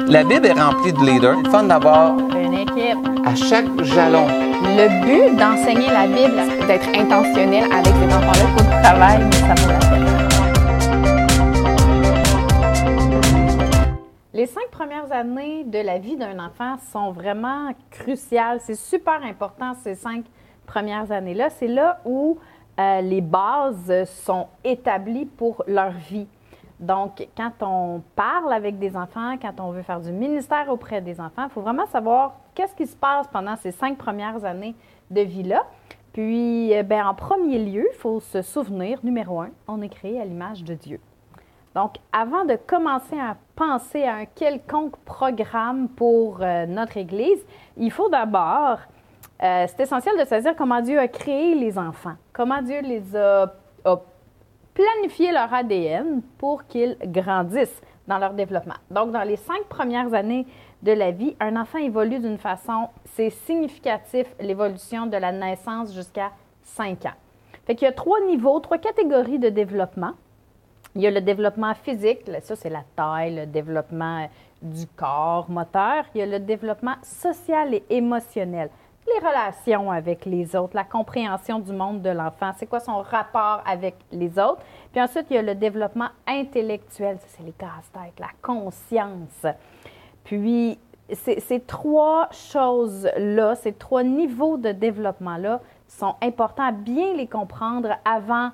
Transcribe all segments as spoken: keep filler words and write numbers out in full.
La Bible est remplie de leaders. C'est le fun d'avoir Une équipe. à chaque jalon. Le but d'enseigner la Bible, c'est d'être intentionnel avec ces enfants-là. Il faut du travail, mais ça vaut la peine. Les cinq premières années de la vie d'un enfant sont vraiment cruciales. C'est super important, ces cinq premières années-là. C'est là où euh, les bases sont établies pour leur vie. Donc, quand on parle avec des enfants, quand on veut faire du ministère auprès des enfants, il faut vraiment savoir qu'est-ce qui se passe pendant ces cinq premières années de vie-là. Puis, bien, en premier lieu, il faut se souvenir, numéro un, on est créé à l'image de Dieu. Donc, avant de commencer à penser à un quelconque programme pour euh, notre Église, il faut d'abord, euh, c'est essentiel de saisir comment Dieu a créé les enfants, comment Dieu les a, a planifié leur A D N pour qu'ils grandissent dans leur développement. Donc, dans les cinq premières années de la vie, un enfant évolue d'une façon, c'est significatif, l'évolution de la naissance jusqu'à cinq ans. Fait qu'il y a trois niveaux, trois catégories de développement. Il y a le développement physique, ça c'est la taille, le développement du corps moteur. Il y a le développement social et émotionnel, les relations avec les autres, la compréhension du monde de l'enfant, c'est quoi son rapport avec les autres. Puis ensuite, il y a le développement intellectuel, ça c'est les casse-têtes, la conscience. Puis ces, ces trois choses-là, ces trois niveaux de développement-là sont importants à bien les comprendre avant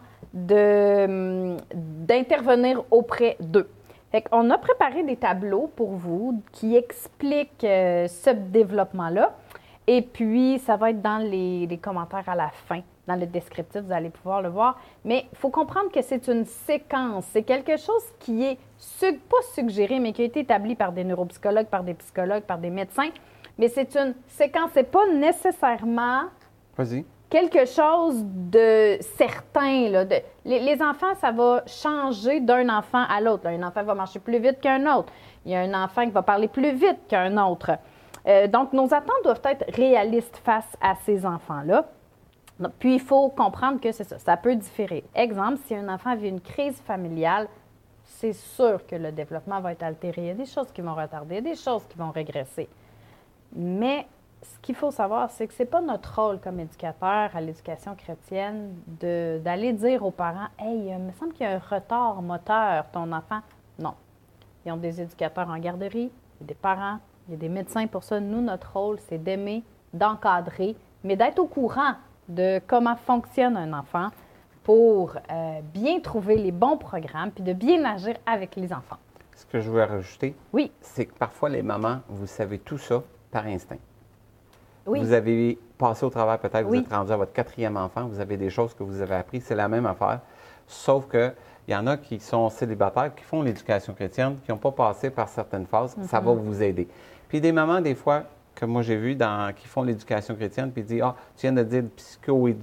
de, d'intervenir auprès d'eux. Fait qu'on a préparé des tableaux pour vous qui expliquent euh, ce développement-là. Et puis, ça va être dans les, les commentaires à la fin, dans le descriptif, vous allez pouvoir le voir. Mais il faut comprendre que c'est une séquence. C'est quelque chose qui est, su- pas suggéré, mais qui a été établi par des neuropsychologues, par des psychologues, par des médecins. Mais c'est une séquence, c'est pas nécessairement... Vas-y. Quelque chose de certain. Là, de, les, les enfants, ça va changer d'un enfant à l'autre. Là, un enfant va marcher plus vite qu'un autre. Il y a un enfant qui va parler plus vite qu'un autre. Euh, donc, nos attentes doivent être réalistes face à ces enfants-là. Donc, puis, il faut comprendre que c'est ça, ça peut différer. Exemple, si un enfant vit une crise familiale, c'est sûr que le développement va être altéré. Il y a des choses qui vont retarder, des choses qui vont régresser. Mais ce qu'il faut savoir, c'est que ce n'est pas notre rôle comme éducateur à l'éducation chrétienne de, d'aller dire aux parents « Hey, il me semble qu'il y a un retard moteur, ton enfant. » Non. Ils ont des éducateurs en garderie, il y a des parents, il y a des médecins pour ça. Nous, notre rôle, c'est d'aimer, d'encadrer, mais d'être au courant de comment fonctionne un enfant pour euh, bien trouver les bons programmes puis de bien agir avec les enfants. Ce que je veux rajouter, oui. c'est que parfois, les mamans, vous savez tout ça par instinct. Oui. Vous avez passé au travers, peut-être, oui. vous êtes rendu à votre quatrième enfant, vous avez des choses que vous avez apprises, c'est la même affaire. Sauf qu'il y en a qui sont célibataires, qui font l'éducation chrétienne, qui n'ont pas passé par certaines phases, mm-hmm. ça va vous aider. Puis des mamans, des fois, que moi j'ai vu, dans, qui font l'éducation chrétienne, puis disent « Ah, tu viens de dire psychoéducateur. »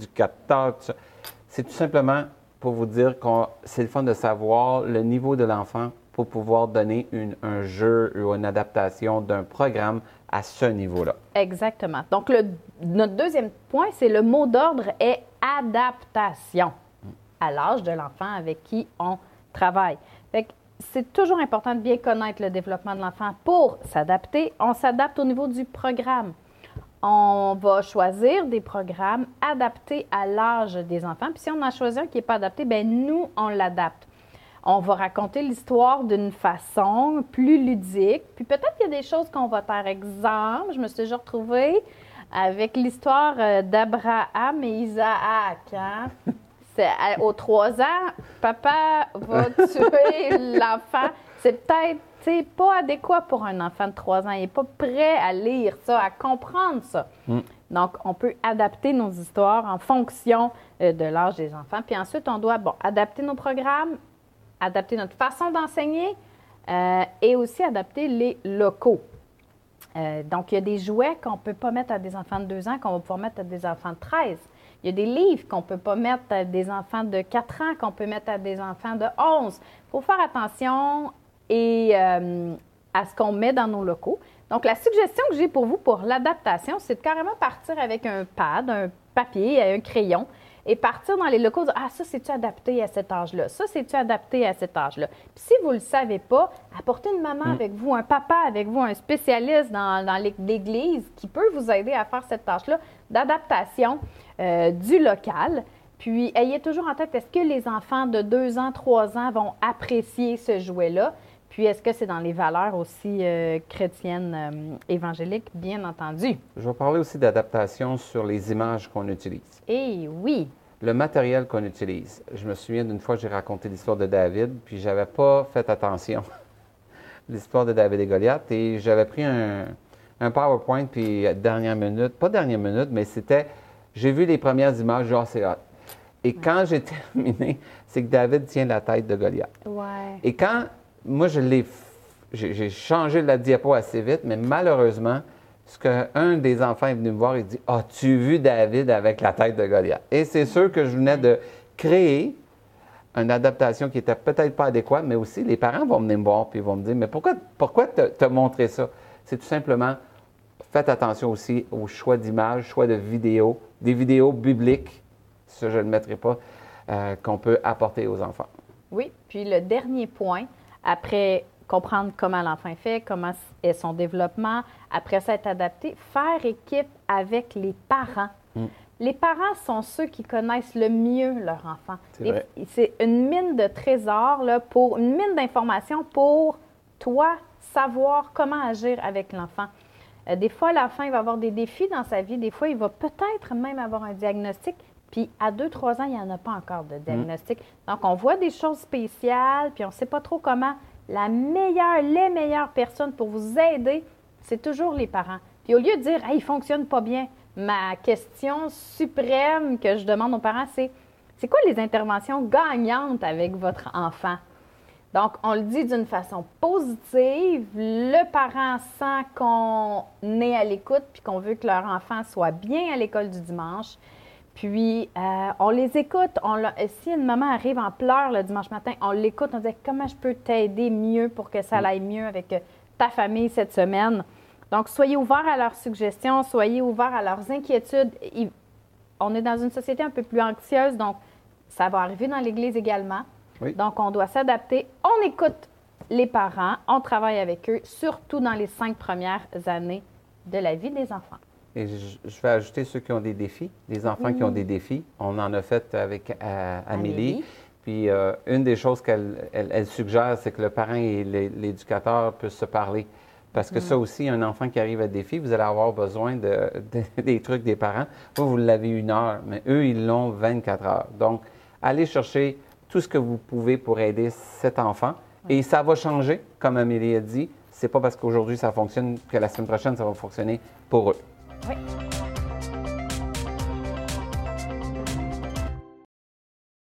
C'est tout simplement pour vous dire que c'est le fun de savoir le niveau de l'enfant pour pouvoir donner une, un jeu ou une adaptation d'un programme à ce niveau-là. Exactement. Donc, le, notre deuxième point, c'est le mot d'ordre est adaptation à l'âge de l'enfant avec qui on travaille. Fait que c'est toujours important de bien connaître le développement de l'enfant pour s'adapter. On s'adapte au niveau du programme. On va choisir des programmes adaptés à l'âge des enfants. Puis si on en choisit un qui n'est pas adapté, bien nous, on l'adapte. On va raconter l'histoire d'une façon plus ludique. Puis peut-être qu'il y a des choses qu'on va faire. Exemple, je me suis déjà retrouvée avec l'histoire d'Abraham et Isaac. Hein? C'est, aux trois ans, papa va tuer l'enfant. C'est peut-être pas adéquat pour un enfant de trois ans. Il n'est pas prêt à lire ça, à comprendre ça. Mm. Donc, on peut adapter nos histoires en fonction euh, de l'âge des enfants. Puis ensuite, on doit bon, adapter nos programmes, adapter notre façon d'enseigner euh, et aussi adapter les locaux. Euh, donc, il y a des jouets qu'on ne peut pas mettre à des enfants de deux ans qu'on va pouvoir mettre à des enfants de treize. Il y a des livres qu'on ne peut pas mettre à des enfants de quatre ans, qu'on peut mettre à des enfants de onze. Il faut faire attention et, euh, à ce qu'on met dans nos locaux. Donc, la suggestion que j'ai pour vous pour l'adaptation, c'est de carrément partir avec un pad, un papier, un crayon et partir dans les locaux, dire, ah, ça, c'est-tu adapté à cet âge-là? Ça, c'est-tu adapté à cet âge-là? Puis si vous ne le savez pas, apportez une maman mmh. avec vous, un papa avec vous, un spécialiste dans, dans l'Église qui peut vous aider à faire cette tâche-là d'adaptation euh, du local. Puis, ayez toujours en tête, est-ce que les enfants de deux ans, trois ans vont apprécier ce jouet-là? Puis, est-ce que c'est dans les valeurs aussi euh, chrétiennes euh, évangéliques, bien entendu? Je vais parler aussi d'adaptation sur les images qu'on utilise. Eh oui! Le matériel qu'on utilise. Je me souviens d'une fois, j'ai raconté l'histoire de David, puis je n'avais pas fait attention. L'histoire de David et Goliath, et j'avais pris un, un PowerPoint, puis dernière minute, pas dernière minute, mais c'était, j'ai vu les premières images, genre c'est hot. Et quand j'ai terminé, c'est que David tient la tête de Goliath. Ouais. Et quand, moi, je l'ai, j'ai changé la diapo assez vite, mais malheureusement, ce qu'un des enfants est venu me voir, il dit « As-tu vu David avec la tête de Goliath? » Et c'est sûr que je venais de créer une adaptation qui n'était peut-être pas adéquate, mais aussi les parents vont venir me voir et vont me dire « Mais pourquoi, pourquoi te montrer ça? » C'est tout simplement, faites attention aussi au choix d'images, choix de vidéos, des vidéos bibliques, ça je ne le mettrai pas, euh, qu'on peut apporter aux enfants. Oui, puis le dernier point, après comprendre comment l'enfant fait, comment est son développement, après ça être adapté, faire équipe avec les parents. Mm. Les parents sont ceux qui connaissent le mieux leur enfant. C'est une mine de trésors, là, pour, une mine d'informations pour toi savoir comment agir avec l'enfant. Euh, des fois, l'enfant il va avoir des défis dans sa vie, des fois, il va peut-être même avoir un diagnostic. Puis à deux, trois ans, il n'y en a pas encore de diagnostic. Mmh. Donc, on voit des choses spéciales, puis on ne sait pas trop comment. La meilleure, les meilleures personnes pour vous aider, c'est toujours les parents. Puis au lieu de dire, hey, il ne fonctionne pas bien, ma question suprême que je demande aux parents, c'est, c'est quoi les interventions gagnantes avec votre enfant? Donc, on le dit d'une façon positive. Le parent sent qu'on est à l'écoute puis qu'on veut que leur enfant soit bien à l'école du dimanche. Puis, euh, on les écoute. On si une maman arrive en pleurs le dimanche matin, on l'écoute, on dit « Comment je peux t'aider mieux pour que ça aille mieux avec ta famille cette semaine? » Donc, soyez ouverts à leurs suggestions, soyez ouverts à leurs inquiétudes. On est dans une société un peu plus anxieuse, donc ça va arriver dans l'Église également. Oui. Donc, on doit s'adapter. On écoute les parents, on travaille avec eux, surtout dans les cinq premières années de la vie des enfants. Et je, je vais ajouter ceux qui ont des défis, les enfants mmh. qui ont des défis. On en a fait avec euh, Amélie. Amélie. Puis, euh, une des choses qu'elle elle, elle suggère, c'est que le parent et l'éducateur puissent se parler. Parce que mmh. ça aussi, un enfant qui arrive à défi, vous allez avoir besoin de, de, des trucs des parents. Vous, vous l'avez une heure, mais eux, ils l'ont vingt-quatre heures. Donc, allez chercher tout ce que vous pouvez pour aider cet enfant. Oui. Et ça va changer, comme Amélie a dit. C'est pas parce qu'aujourd'hui ça fonctionne que la semaine prochaine, ça va fonctionner pour eux. Oui.